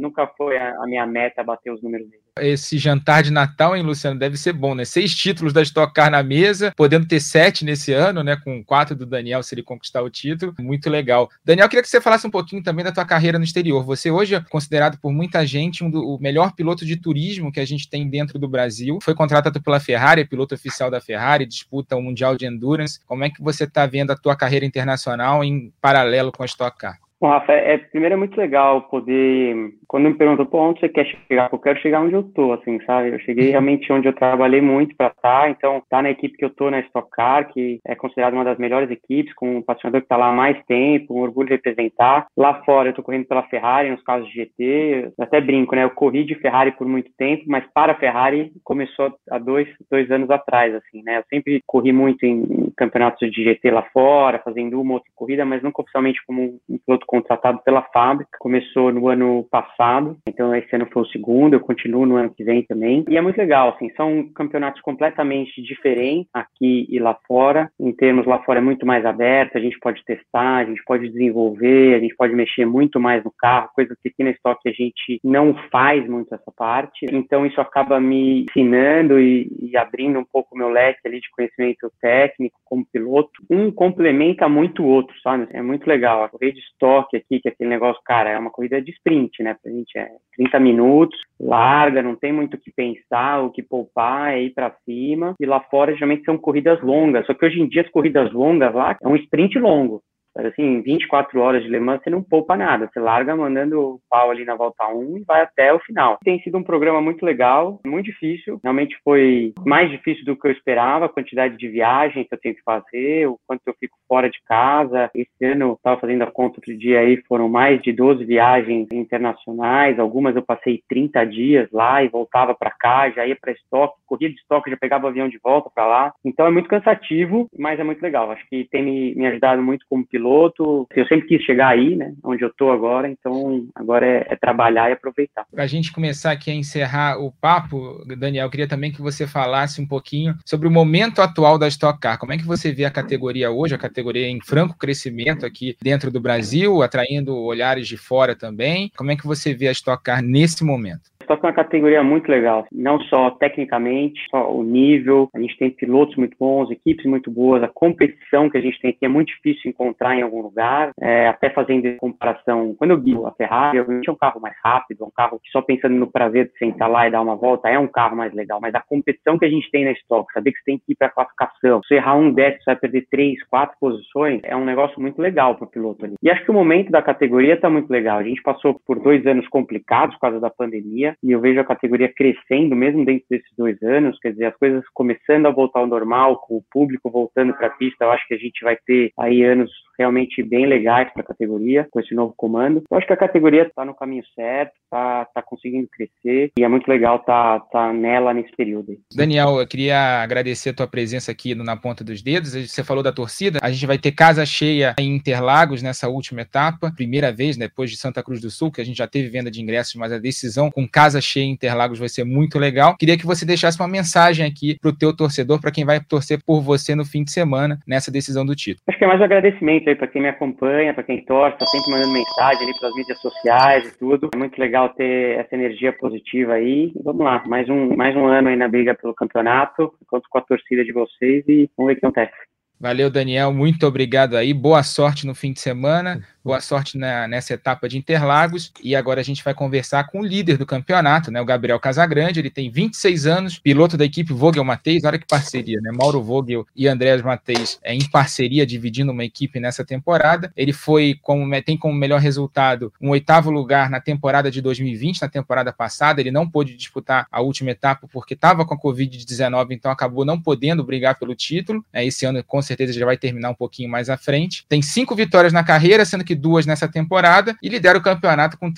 a minha meta bater os números dele. Esse jantar de Natal, hein, Luciano, deve ser bom, né? 6 títulos da Stock Car na mesa, podendo ter 7 nesse ano, né? Com 4 do Daniel, se ele conquistar o título. Muito legal. Daniel, queria que você falasse um pouquinho também da tua carreira no exterior. Você hoje é considerado por muita gente o melhor piloto de turismo que a gente tem dentro do Brasil. Foi contratado pela Ferrari, é piloto oficial da Ferrari, disputa o Mundial de Endurance. Como é que você está vendo a tua carreira internacional em paralelo com a Stock Car? Bom, Rafa, primeiro é muito legal poder, quando me perguntam, onde você quer chegar? Eu quero chegar onde eu tô, assim, sabe? Eu cheguei realmente onde eu trabalhei muito para estar, então, tá na equipe que eu tô na Stock Car, que é considerada uma das melhores equipes, com um patrocinador que tá lá há mais tempo, um orgulho de representar. Lá fora, eu tô correndo pela Ferrari, nos carros de GT, eu até brinco, né? Eu corri de Ferrari por muito tempo, mas para a Ferrari começou há dois anos atrás, assim, né? Eu sempre corri muito em campeonatos de GT lá fora, fazendo uma outra corrida, mas nunca oficialmente como um piloto contratado pela fábrica, começou no ano passado, então esse ano foi o segundo, eu continuo no ano que vem também, e é muito legal, assim, são campeonatos completamente diferentes aqui e lá fora, em termos lá fora é muito mais aberto, a gente pode testar, a gente pode desenvolver, a gente pode mexer muito mais no carro, coisa que aqui na Stock a gente não faz muito essa parte, então isso acaba me ensinando e abrindo um pouco o meu leque ali de conhecimento técnico como piloto, um complementa muito o outro, sabe? É muito legal. A corrida de estoque aqui, que é aquele negócio, cara, é uma corrida de sprint, né? Pra gente é 30 minutos, larga, não tem muito o que pensar, o que poupar, é ir pra cima. E lá fora, geralmente, são corridas longas. Só que hoje em dia, as corridas longas lá, é um sprint longo. Assim, 24 horas de Le Mans, você não poupa nada. Você larga mandando o pau ali na volta 1 e vai até o final. Tem sido um programa muito legal, muito difícil. Realmente foi mais difícil do que eu esperava, a quantidade de viagens que eu tenho que fazer, o quanto eu fico fora de casa. Esse ano, eu estava fazendo a conta outro dia aí, foram mais de 12 viagens internacionais. Algumas eu passei 30 dias lá e voltava para cá, já ia para estoque, corria de estoque, já pegava o avião de volta para lá. Então é muito cansativo, mas é muito legal. Acho que tem me ajudado muito como piloto. Eu sempre quis chegar aí, né, onde eu tô agora, então agora é trabalhar e aproveitar. Para a gente começar aqui a encerrar o papo, Daniel, eu queria também que você falasse um pouquinho sobre o momento atual da Stock Car. Como é que você vê a categoria hoje, a categoria em franco crescimento aqui dentro do Brasil, atraindo olhares de fora também? Como é que você vê a Stock Car nesse momento? Stock é uma categoria muito legal, não só tecnicamente, só o nível, a gente tem pilotos muito bons, equipes muito boas, a competição que a gente tem aqui é muito difícil encontrar em algum lugar, até fazendo comparação, quando eu guio a Ferrari, eu é um carro mais rápido, um carro que só pensando no prazer de sentar lá e dar uma volta, é um carro mais legal, mas a competição que a gente tem na Stock, saber que você tem que ir para a classificação, se errar um décimo, você vai perder 3, 4 posições, é um negócio muito legal para o piloto ali. E acho que o momento da categoria está muito legal, a gente passou por 2 anos complicados por causa da pandemia, e eu vejo a categoria crescendo mesmo dentro desses 2 anos, quer dizer, as coisas começando a voltar ao normal, com o público voltando para a pista, eu acho que a gente vai ter aí anos realmente bem legais para a categoria, com esse novo comando. Eu acho que a categoria está no caminho certo, está conseguindo crescer, e é muito legal tá nela nesse período. Daniel, eu queria agradecer a tua presença aqui no Na Ponta dos Dedos. Você falou da torcida, a gente vai ter casa cheia em Interlagos nessa última etapa, primeira vez, né, depois de Santa Cruz do Sul, que a gente já teve venda de ingressos, mas a decisão com casa cheia em Interlagos vai ser muito legal. Queria que você deixasse uma mensagem aqui pro teu torcedor, para quem vai torcer por você no fim de semana, nessa decisão do título. Acho que é mais um agradecimento aí para quem me acompanha, para quem torce, tá sempre mandando mensagem ali pelas mídias sociais e tudo. É muito legal ter essa energia positiva aí. E vamos lá, mais um ano aí na briga pelo campeonato, conto com a torcida de vocês e vamos ver o que acontece. Valeu, Daniel, muito obrigado aí, boa sorte no fim de semana, boa sorte nessa etapa de Interlagos, e agora a gente vai conversar com o líder do campeonato, né, o Gabriel Casagrande. Ele tem 26 anos, piloto da equipe Vogel Matheus, olha que parceria, né, Mauro Vogel e Andreas Matheus em parceria, dividindo uma equipe nessa temporada. Ele tem como melhor resultado um 8º lugar na temporada de 2020, na temporada passada. Ele não pôde disputar a última etapa porque estava com a Covid-19, então acabou não podendo brigar pelo título. Esse ano, com certeza, já vai terminar um pouquinho mais à frente. Tem 5 vitórias na carreira, sendo que 2 nessa temporada, e lidera o campeonato com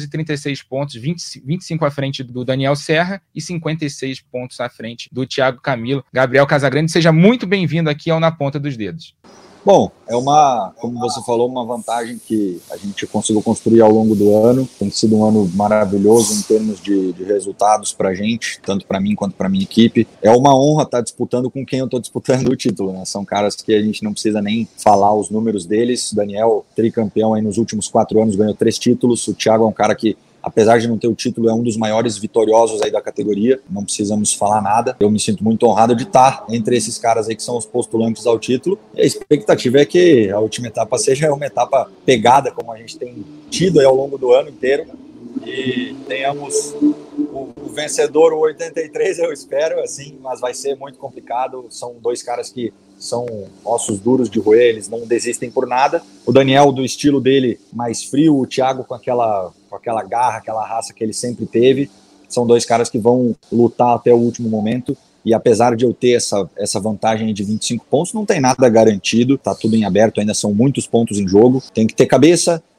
336 pontos, 25 à frente do Daniel Serra e 56 pontos à frente do Thiago Camilo. Gabriel Casagrande, seja muito bem-vindo aqui ao Na Ponta dos Dedos. Bom, como você falou, uma vantagem que a gente conseguiu construir ao longo do ano. Tem sido um ano maravilhoso em termos de resultados para a gente, tanto para mim quanto para minha equipe. É uma honra estar disputando com quem eu estou disputando o título, né? São caras que a gente não precisa nem falar os números deles. Daniel, tricampeão aí nos últimos 4 anos, ganhou 3 títulos. O Thiago é um cara que, apesar de não ter o título, é um dos maiores vitoriosos aí da categoria, não precisamos falar nada. Eu me sinto muito honrado de estar entre esses caras aí que são os postulantes ao título. E a expectativa é que a última etapa seja uma etapa pegada, como a gente tem tido aí ao longo do ano inteiro, e tenhamos o vencedor, o 83, eu espero, assim, mas vai ser muito complicado. São 2 caras que são ossos duros de roer, eles não desistem por nada. O Daniel, do estilo dele, mais frio, o Thiago com aquela garra, aquela raça que ele sempre teve. São 2 caras que vão lutar até o último momento, e apesar de eu ter essa vantagem de 25 pontos, não tem nada garantido, tá tudo em aberto, ainda são muitos pontos em jogo. Tem que ter cabeça,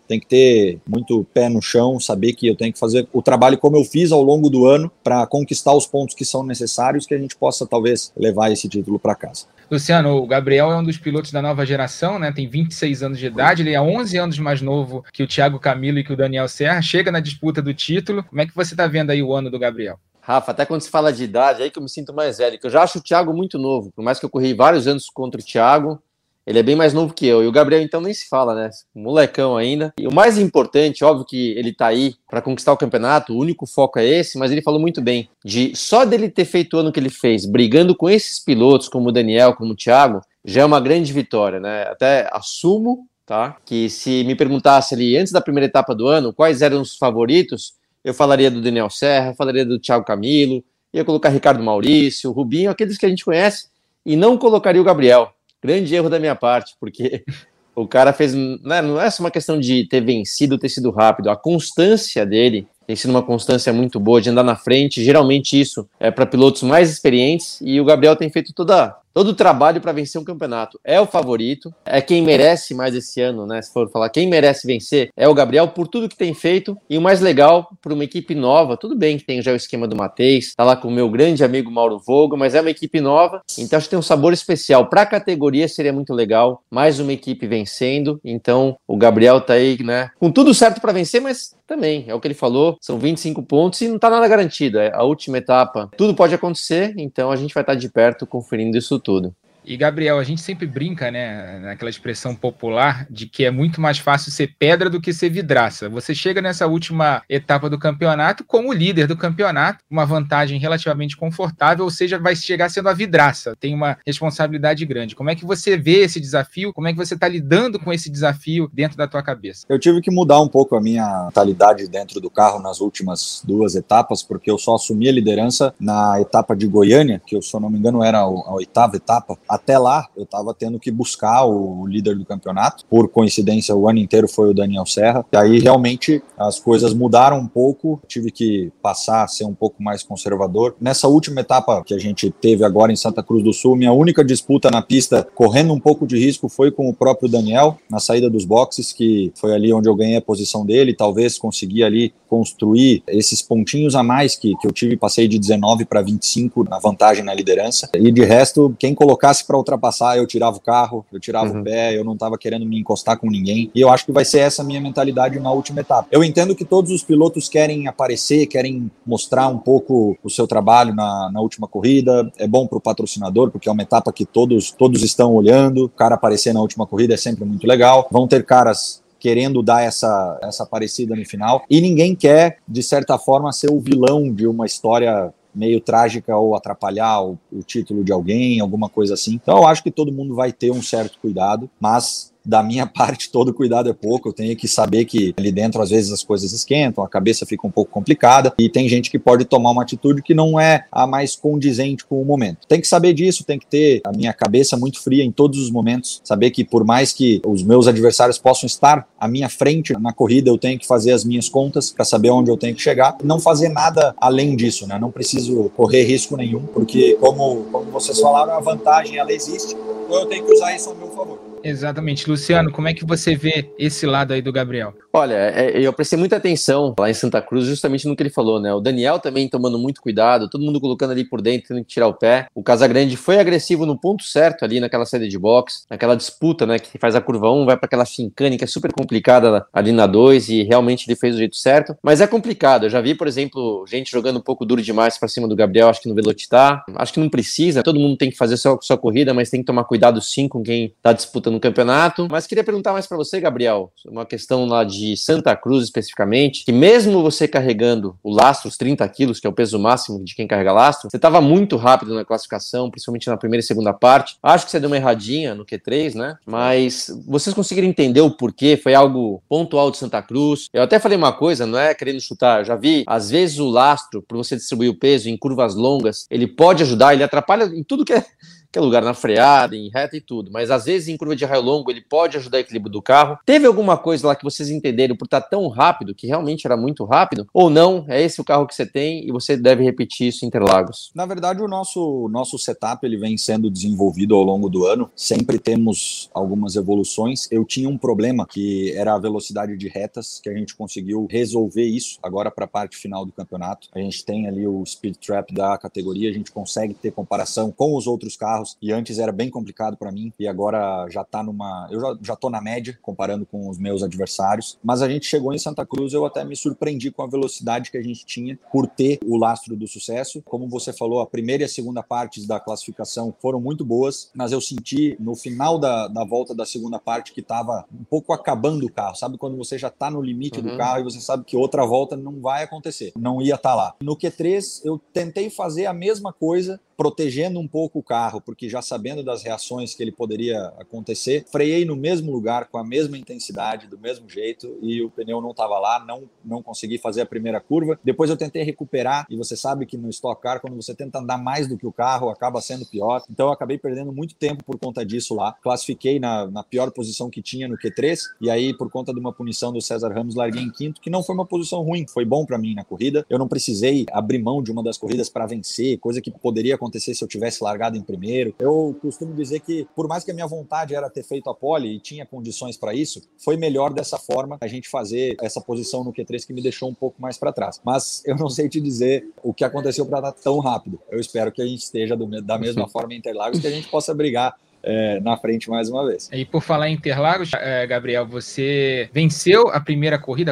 tem que ter muito pé no chão, saber que eu tenho que fazer o trabalho como eu fiz ao longo do ano para conquistar os pontos que são necessários, que a gente possa talvez levar esse título para casa. Luciano, o Gabriel é um dos pilotos da nova geração, né? Tem 26 anos de idade, ele é 11 anos mais novo que o Thiago Camilo e que o Daniel Serra, chega na disputa do título. Como é que você está vendo aí o ano do Gabriel? Rafa, até quando se fala de idade, é aí que eu me sinto mais velho, que eu já acho o Thiago muito novo, por mais que eu corri vários anos contra o Thiago, ele é bem mais novo que eu. E o Gabriel, então, nem se fala, né? Molecão ainda. E o mais importante, óbvio que ele tá aí para conquistar o campeonato, o único foco é esse, mas ele falou muito bem. Só dele ter feito o ano que ele fez, brigando com esses pilotos, como o Daniel, como o Thiago, já é uma grande vitória, né? Até assumo, tá? Que se me perguntasse ali, antes da primeira etapa do ano, quais eram os favoritos, eu falaria do Daniel Serra, falaria do Thiago Camilo, ia colocar Ricardo Maurício, Rubinho, aqueles que a gente conhece, e não colocaria o Gabriel. Grande erro da minha parte, porque o cara fez... Não é só uma questão de ter vencido, ter sido rápido. A constância dele tem sido uma constância muito boa de andar na frente. Geralmente isso é para pilotos mais experientes e o Gabriel tem feito todo o trabalho para vencer um campeonato. É o favorito, é quem merece mais esse ano, né? Se for falar quem merece vencer, é o Gabriel por tudo que tem feito. E o mais legal, para uma equipe nova, tudo bem que tem já o esquema do Matheus, tá lá com o meu grande amigo Mauro Vogel, mas é uma equipe nova, então acho que tem um sabor especial. Para a categoria seria muito legal, mais uma equipe vencendo, então o Gabriel tá aí, né? Com tudo certo para vencer, mas também, é o que ele falou, são 25 pontos e não tá nada garantido, é a última etapa, tudo pode acontecer, então a gente vai estar de perto conferindo isso tudo. E, Gabriel, a gente sempre brinca, né, naquela expressão popular de que é muito mais fácil ser pedra do que ser vidraça. Você chega nessa última etapa do campeonato como líder do campeonato, uma vantagem relativamente confortável, ou seja, vai chegar sendo a vidraça, tem uma responsabilidade grande. Como é que você vê esse desafio? Como é que você está lidando com esse desafio dentro da tua cabeça? Eu tive que mudar um pouco a minha mentalidade dentro do carro nas últimas 2 etapas, porque eu só assumi a liderança na etapa de Goiânia, que eu, se eu não me engano, era a 8ª etapa. Até lá, eu estava tendo que buscar o líder do campeonato. Por coincidência, o ano inteiro foi o Daniel Serra. E aí, realmente, as coisas mudaram um pouco. Tive que passar a ser um pouco mais conservador. Nessa última etapa que a gente teve agora em Santa Cruz do Sul, minha única disputa na pista, correndo um pouco de risco, foi com o próprio Daniel, na saída dos boxes, que foi ali onde eu ganhei a posição dele. Talvez consegui ali construir esses pontinhos a mais que eu tive. Passei de 19 para 25 na vantagem na liderança. E de resto, quem colocasse para ultrapassar, eu tirava o carro, eu tirava o pé, eu não estava querendo me encostar com ninguém, e eu acho que vai ser essa minha mentalidade na última etapa. Eu entendo que todos os pilotos querem aparecer, querem mostrar um pouco o seu trabalho na última corrida, é bom para o patrocinador, porque é uma etapa que todos estão olhando, o cara aparecer na última corrida é sempre muito legal, vão ter caras querendo dar essa aparecida no final, e ninguém quer, de certa forma, ser o vilão de uma história meio trágica ou atrapalhar o título de alguém, alguma coisa assim. Então eu acho que todo mundo vai ter um certo cuidado, mas da minha parte todo cuidado é pouco, eu tenho que saber que ali dentro às vezes as coisas esquentam, a cabeça fica um pouco complicada e tem gente que pode tomar uma atitude que não é a mais condizente com o momento. Tem que saber disso, tem que ter a minha cabeça muito fria em todos os momentos, saber que por mais que os meus adversários possam estar à minha frente na corrida, eu tenho que fazer as minhas contas para saber onde eu tenho que chegar, não fazer nada além disso, né? Não preciso correr risco nenhum, porque como vocês falaram, a vantagem ela existe, então eu tenho que usar isso ao meu favor. Exatamente. Luciano, como é que você vê esse lado aí do Gabriel? Olha, eu prestei muita atenção lá em Santa Cruz justamente no que ele falou, né? O Daniel também tomando muito cuidado, todo mundo colocando ali por dentro, tendo que tirar o pé. O Casagrande foi agressivo no ponto certo ali naquela saída de box, naquela disputa, né? Que faz a curva 1, vai para aquela chincane que é super complicada ali na 2 e realmente ele fez do jeito certo. Mas é complicado. Eu já vi, por exemplo, gente jogando um pouco duro demais para cima do Gabriel, acho que no Velocitar. Acho que não precisa, todo mundo tem que fazer sua corrida, mas tem que tomar cuidado sim com quem tá disputando no campeonato. Mas queria perguntar mais para você, Gabriel, uma questão lá de Santa Cruz especificamente, que mesmo você carregando o lastro, os 30 quilos, que é o peso máximo de quem carrega lastro, você estava muito rápido na classificação, principalmente na primeira e segunda parte. Acho que você deu uma erradinha no Q3, né? Mas vocês conseguiram entender o porquê? Foi algo pontual de Santa Cruz? Eu até falei uma coisa, não é querendo chutar, eu já vi, às vezes o lastro, para você distribuir o peso em curvas longas, ele pode ajudar, ele atrapalha em tudo que que é lugar na freada, em reta e tudo, mas às vezes em curva de raio longo ele pode ajudar o equilíbrio do carro. Teve alguma coisa lá que vocês entenderam por estar tão rápido, que realmente era muito rápido, ou não, é esse o carro que você tem e você deve repetir isso em Interlagos? Na verdade, o nosso setup ele vem sendo desenvolvido ao longo do ano, sempre temos algumas evoluções. Eu tinha um problema que era a velocidade de retas, que a gente conseguiu resolver isso agora para a parte final do campeonato. A gente tem ali o speed trap da categoria, a gente consegue ter comparação com os outros carros, e antes era bem complicado para mim, e agora já tá eu já tô na média, comparando com os meus adversários, mas a gente chegou em Santa Cruz, eu até me surpreendi com a velocidade que a gente tinha por ter o lastro do sucesso. Como você falou, a primeira e a segunda partes da classificação foram muito boas, mas eu senti no final da volta da segunda parte que estava um pouco acabando o carro, sabe? Quando você já está no limite do carro e você sabe que outra volta não vai acontecer, não ia estar lá. No Q3 eu tentei fazer a mesma coisa, protegendo um pouco o carro, porque já sabendo das reações que ele poderia acontecer, freiei no mesmo lugar, com a mesma intensidade, do mesmo jeito, e o pneu não estava lá, não consegui fazer a primeira curva. Depois eu tentei recuperar, e você sabe que no Stock Car, quando você tenta andar mais do que o carro, acaba sendo pior. Então eu acabei perdendo muito tempo por conta disso lá. Classifiquei na pior posição que tinha no Q3, e aí por conta de uma punição do César Ramos, larguei em quinto, que não foi uma posição ruim, foi bom para mim na corrida. Eu não precisei abrir mão de uma das corridas para vencer, coisa que poderia acontecer se eu tivesse largado em primeiro. Eu costumo dizer que, por mais que a minha vontade era ter feito a pole e tinha condições para isso, foi melhor dessa forma a gente fazer essa posição no Q3 que me deixou um pouco mais para trás. Mas eu não sei te dizer o que aconteceu para dar tão rápido. Eu espero que a gente esteja da mesma forma em Interlagos, que a gente possa brigar na frente mais uma vez. E por falar em Interlagos, Gabriel, você venceu a primeira corrida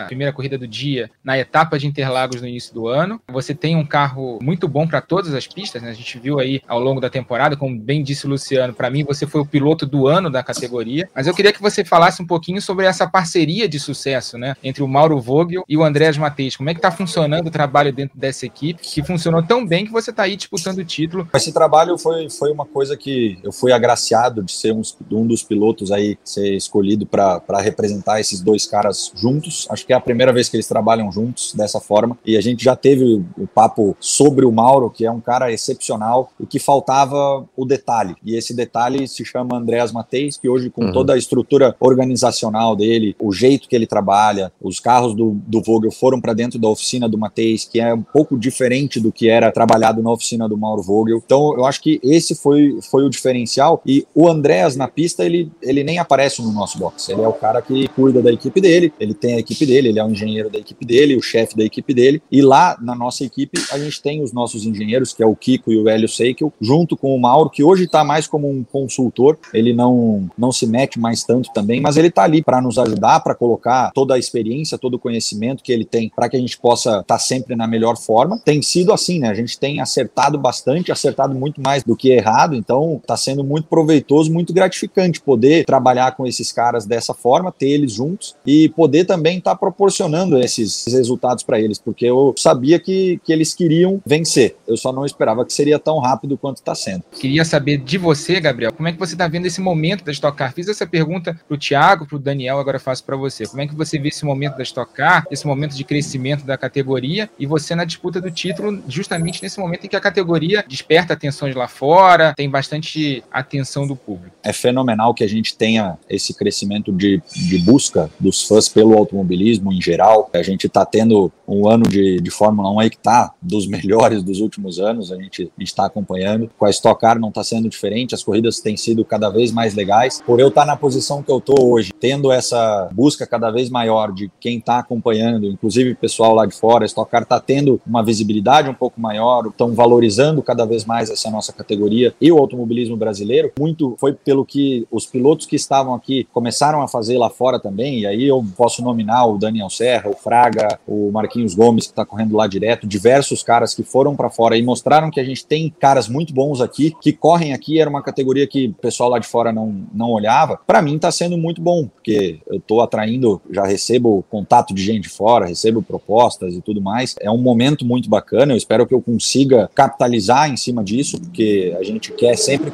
do dia na etapa de Interlagos no início do ano. Você tem um carro muito bom para todas as pistas, né? A gente viu aí ao longo da temporada, como bem disse o Luciano, para mim você foi o piloto do ano da categoria. Mas eu queria que você falasse um pouquinho sobre essa parceria de sucesso, né, entre o Mauro Vogel e o Andreas Mateis. Como é que está funcionando o trabalho dentro dessa equipe, que funcionou tão bem que você está aí disputando o título? Esse trabalho foi uma coisa que eu fui agraciado de ser um dos pilotos aí, ser escolhido para representar esses dois caras juntos. Acho que é a primeira vez que eles trabalham juntos dessa forma, e a gente já teve o papo sobre o Mauro, que é um cara excepcional e que faltava o detalhe, e esse detalhe se chama Andreas Mateis, que hoje com toda a estrutura organizacional dele, o jeito que ele trabalha, os carros do Vogel foram para dentro da oficina do Mateis, que é um pouco diferente do que era trabalhado na oficina do Mauro Vogel. Então eu acho que esse foi o diferencial. E o Andreas na pista, ele nem aparece no nosso box, ele é o cara que cuida da equipe dele, ele tem a equipe dele, ele é o engenheiro da equipe dele, o chefe da equipe dele, e lá na nossa equipe a gente tem os nossos engenheiros, que é o Kiko e o Hélio Seikel, junto com o Mauro, que hoje está mais como um consultor, ele não se mete mais tanto também, mas ele está ali para nos ajudar, para colocar toda a experiência, todo o conhecimento que ele tem, para que a gente possa estar sempre na melhor forma. Tem sido assim, né? A gente tem acertado bastante, acertado muito mais do que errado, então está sendo muito proveitoso, muito gratificante poder trabalhar com esses caras dessa forma, ter eles juntos e poder também estar proporcionando esses resultados para eles, porque eu sabia que eles queriam vencer, eu só não esperava que seria tão rápido quanto está sendo. Queria saber de você, Gabriel, como é que você está vendo esse momento da Stock Car? Fiz essa pergunta para o Thiago, para o Daniel, agora faço para você. Como é que você vê esse momento da Stock Car, esse momento de crescimento da categoria e você na disputa do título, justamente nesse momento em que a categoria desperta atenções lá fora, tem bastante atenção do público? É fenomenal que a gente tenha esse crescimento de busca dos fãs pelo automobilismo em geral. A gente está tendo um ano de Fórmula 1 aí que está dos melhores dos últimos anos, a gente está acompanhando. Com a Stock Car não está sendo diferente, as corridas têm sido cada vez mais legais. Por eu estar na posição que eu estou hoje, tendo essa busca cada vez maior de quem está acompanhando, inclusive o pessoal lá de fora, a Stock Car está tendo uma visibilidade um pouco maior, estão valorizando cada vez mais essa nossa categoria e o automobilismo brasileiro. Muito foi pelo que os pilotos que estavam aqui começaram a fazer lá fora também, e aí eu posso nominar o Daniel Serra, o Fraga, o Marquinhos Gomes, que está correndo lá direto, diversos caras que foram para fora e mostraram que a gente tem caras muito bons aqui, que correm aqui, era uma categoria que o pessoal lá de fora não olhava. Para mim está sendo muito bom, porque eu estou atraindo, já recebo contato de gente de fora, recebo propostas e tudo mais. É um momento muito bacana, eu espero que eu consiga capitalizar em cima disso, porque a gente quer sempre conseguir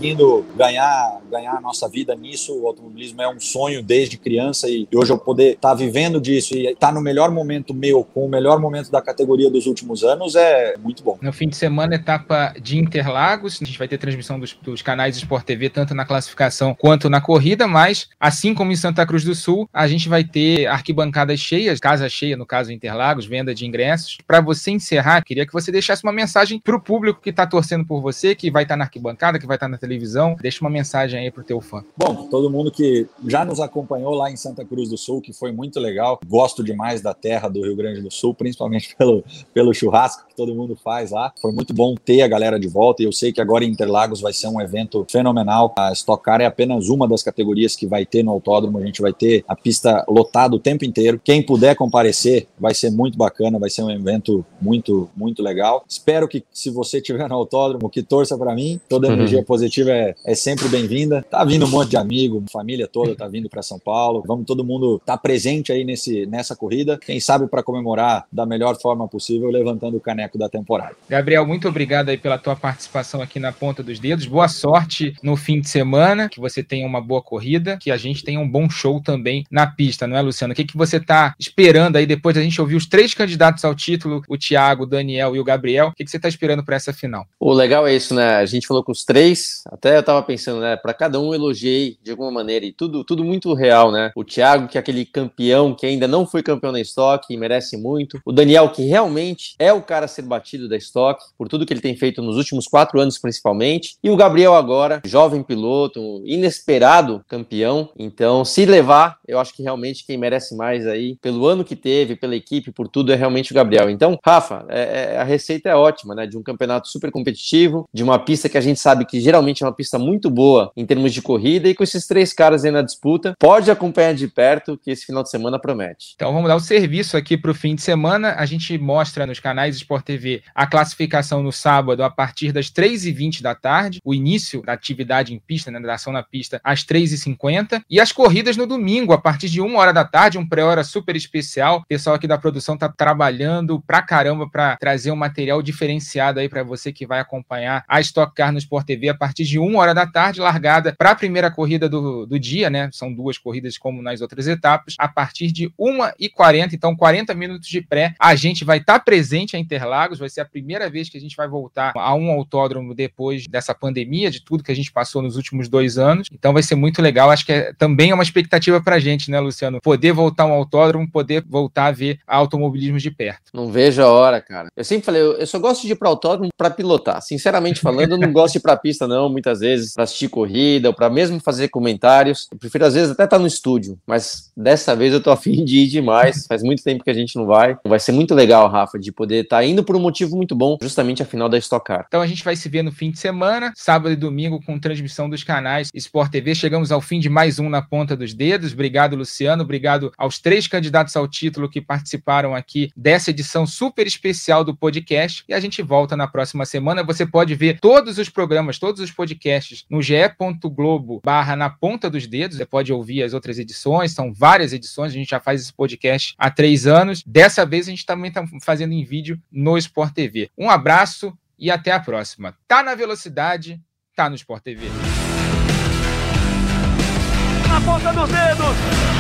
conseguindo ganhar a nossa vida nisso. O automobilismo é um sonho desde criança e hoje eu poder estar vivendo disso e estar no melhor momento meu, com o melhor momento da categoria dos últimos anos é muito bom. No fim de semana, etapa de Interlagos, a gente vai ter transmissão dos canais Sport TV, tanto na classificação quanto na corrida, mas assim como em Santa Cruz do Sul, a gente vai ter arquibancadas cheias, casa cheia, no caso Interlagos, venda de ingressos. Para você encerrar, queria que você deixasse uma mensagem para o público que está torcendo por você, que vai estar na arquibancada, que vai estar na televisão. Deixa uma mensagem aí para o teu fã. Bom, todo mundo que já nos acompanhou lá em Santa Cruz do Sul, que foi muito legal. Gosto demais da terra do Rio Grande do Sul, principalmente pelo churrasco que todo mundo faz lá. Foi muito bom ter a galera de volta e eu sei que agora em Interlagos vai ser um evento fenomenal. A Stock Car é apenas uma das categorias que vai ter no autódromo. A gente vai ter a pista lotada o tempo inteiro. Quem puder comparecer vai ser muito bacana, vai ser um evento muito, muito legal. Espero que, se você estiver no autódromo, que torça para mim. Toda energia positiva é sempre bem-vinda. Tá vindo um monte de amigo, família toda tá vindo para São Paulo. Vamos todo mundo estar presente aí nessa corrida. Quem sabe para comemorar da melhor forma possível, levantando o caneco da temporada. Gabriel, muito obrigado aí pela tua participação aqui na Ponta dos Dedos. Boa sorte no fim de semana, que você tenha uma boa corrida, que a gente tenha um bom show também na pista, não é, Luciano? O que você está esperando aí depois da gente ouvir os 3 candidatos ao título, o Thiago, o Daniel e o Gabriel? O que você está esperando para essa final? O legal é isso, né? A gente falou com os 3, até eu tava pensando, né? Para cada um elogiei de alguma maneira e tudo muito real, né? O Thiago, que é aquele campeão que ainda não foi campeão da Stock e merece muito. O Daniel, que realmente é o cara a ser batido da Stock, por tudo que ele tem feito nos últimos 4 anos principalmente. E o Gabriel agora, jovem piloto, inesperado campeão. Então, se levar, eu acho que realmente quem merece mais aí, pelo ano que teve, pela equipe, por tudo, é realmente o Gabriel. Então, Rafa, a receita é ótima, né? De um campeonato super competitivo, de uma pista que a gente sabe que geralmente é uma pista muito boa em termos de corrida, e com esses 3 caras aí na disputa, pode acompanhar de perto que esse final de semana promete. Então vamos dar o serviço aqui para o fim de semana. A gente mostra nos canais Sport TV a classificação no sábado a partir das 3h20 da tarde, o início da atividade em pista, né, da ação na pista, às 3h50, e as corridas no domingo, a partir de 1h da tarde, um pré-hora super especial. O pessoal aqui da produção tá trabalhando pra caramba para trazer um material diferenciado aí para você que vai acompanhar a Stock Car no Sport TV a partir de 1h da tarde, largada para a primeira corrida do dia, né? São 2 corridas como nas outras etapas, a partir de 1h40, então 40 minutos de pré. A gente vai estar presente em Interlagos, vai ser a primeira vez que a gente vai voltar a um autódromo depois dessa pandemia, de tudo que a gente passou nos últimos 2 anos. Então vai ser muito legal, acho que também é uma expectativa pra gente, né, Luciano? Poder voltar a um autódromo, poder voltar a ver automobilismo de perto. Não vejo a hora, cara. Eu sempre falei, eu só gosto de ir pra autódromo pra pilotar. Sinceramente falando, eu não gosto de ir pra pista não, muitas vezes, pra assistir corrida, ou pra mesmo fazer comentários. Eu prefiro às vezes até estar no estúdio, mas dessa vez eu tô a fim de ir demais. Faz muito tempo que a gente não vai. Vai ser muito legal, Rafa, de poder estar indo por um motivo muito bom, justamente a final da Stock Car. Então a gente vai se ver no fim de semana, sábado e domingo, com transmissão dos canais Sport TV. Chegamos ao fim de mais um Na Ponta dos Dedos. Obrigado, Luciano. Obrigado aos 3 candidatos ao título que participaram aqui dessa edição super especial do podcast. E a gente volta na próxima semana. Você pode ver todos os programas, todos os podcasts no ge.globo/Na Ponta dos Dedos. Você pode ouvir as outras edições, são várias edições. A gente já faz esse podcast há 3 anos. Dessa vez a gente também está fazendo em vídeo no Sport TV. Um abraço e até a próxima. Tá na velocidade, tá no Sport TV. Na ponta dos dedos.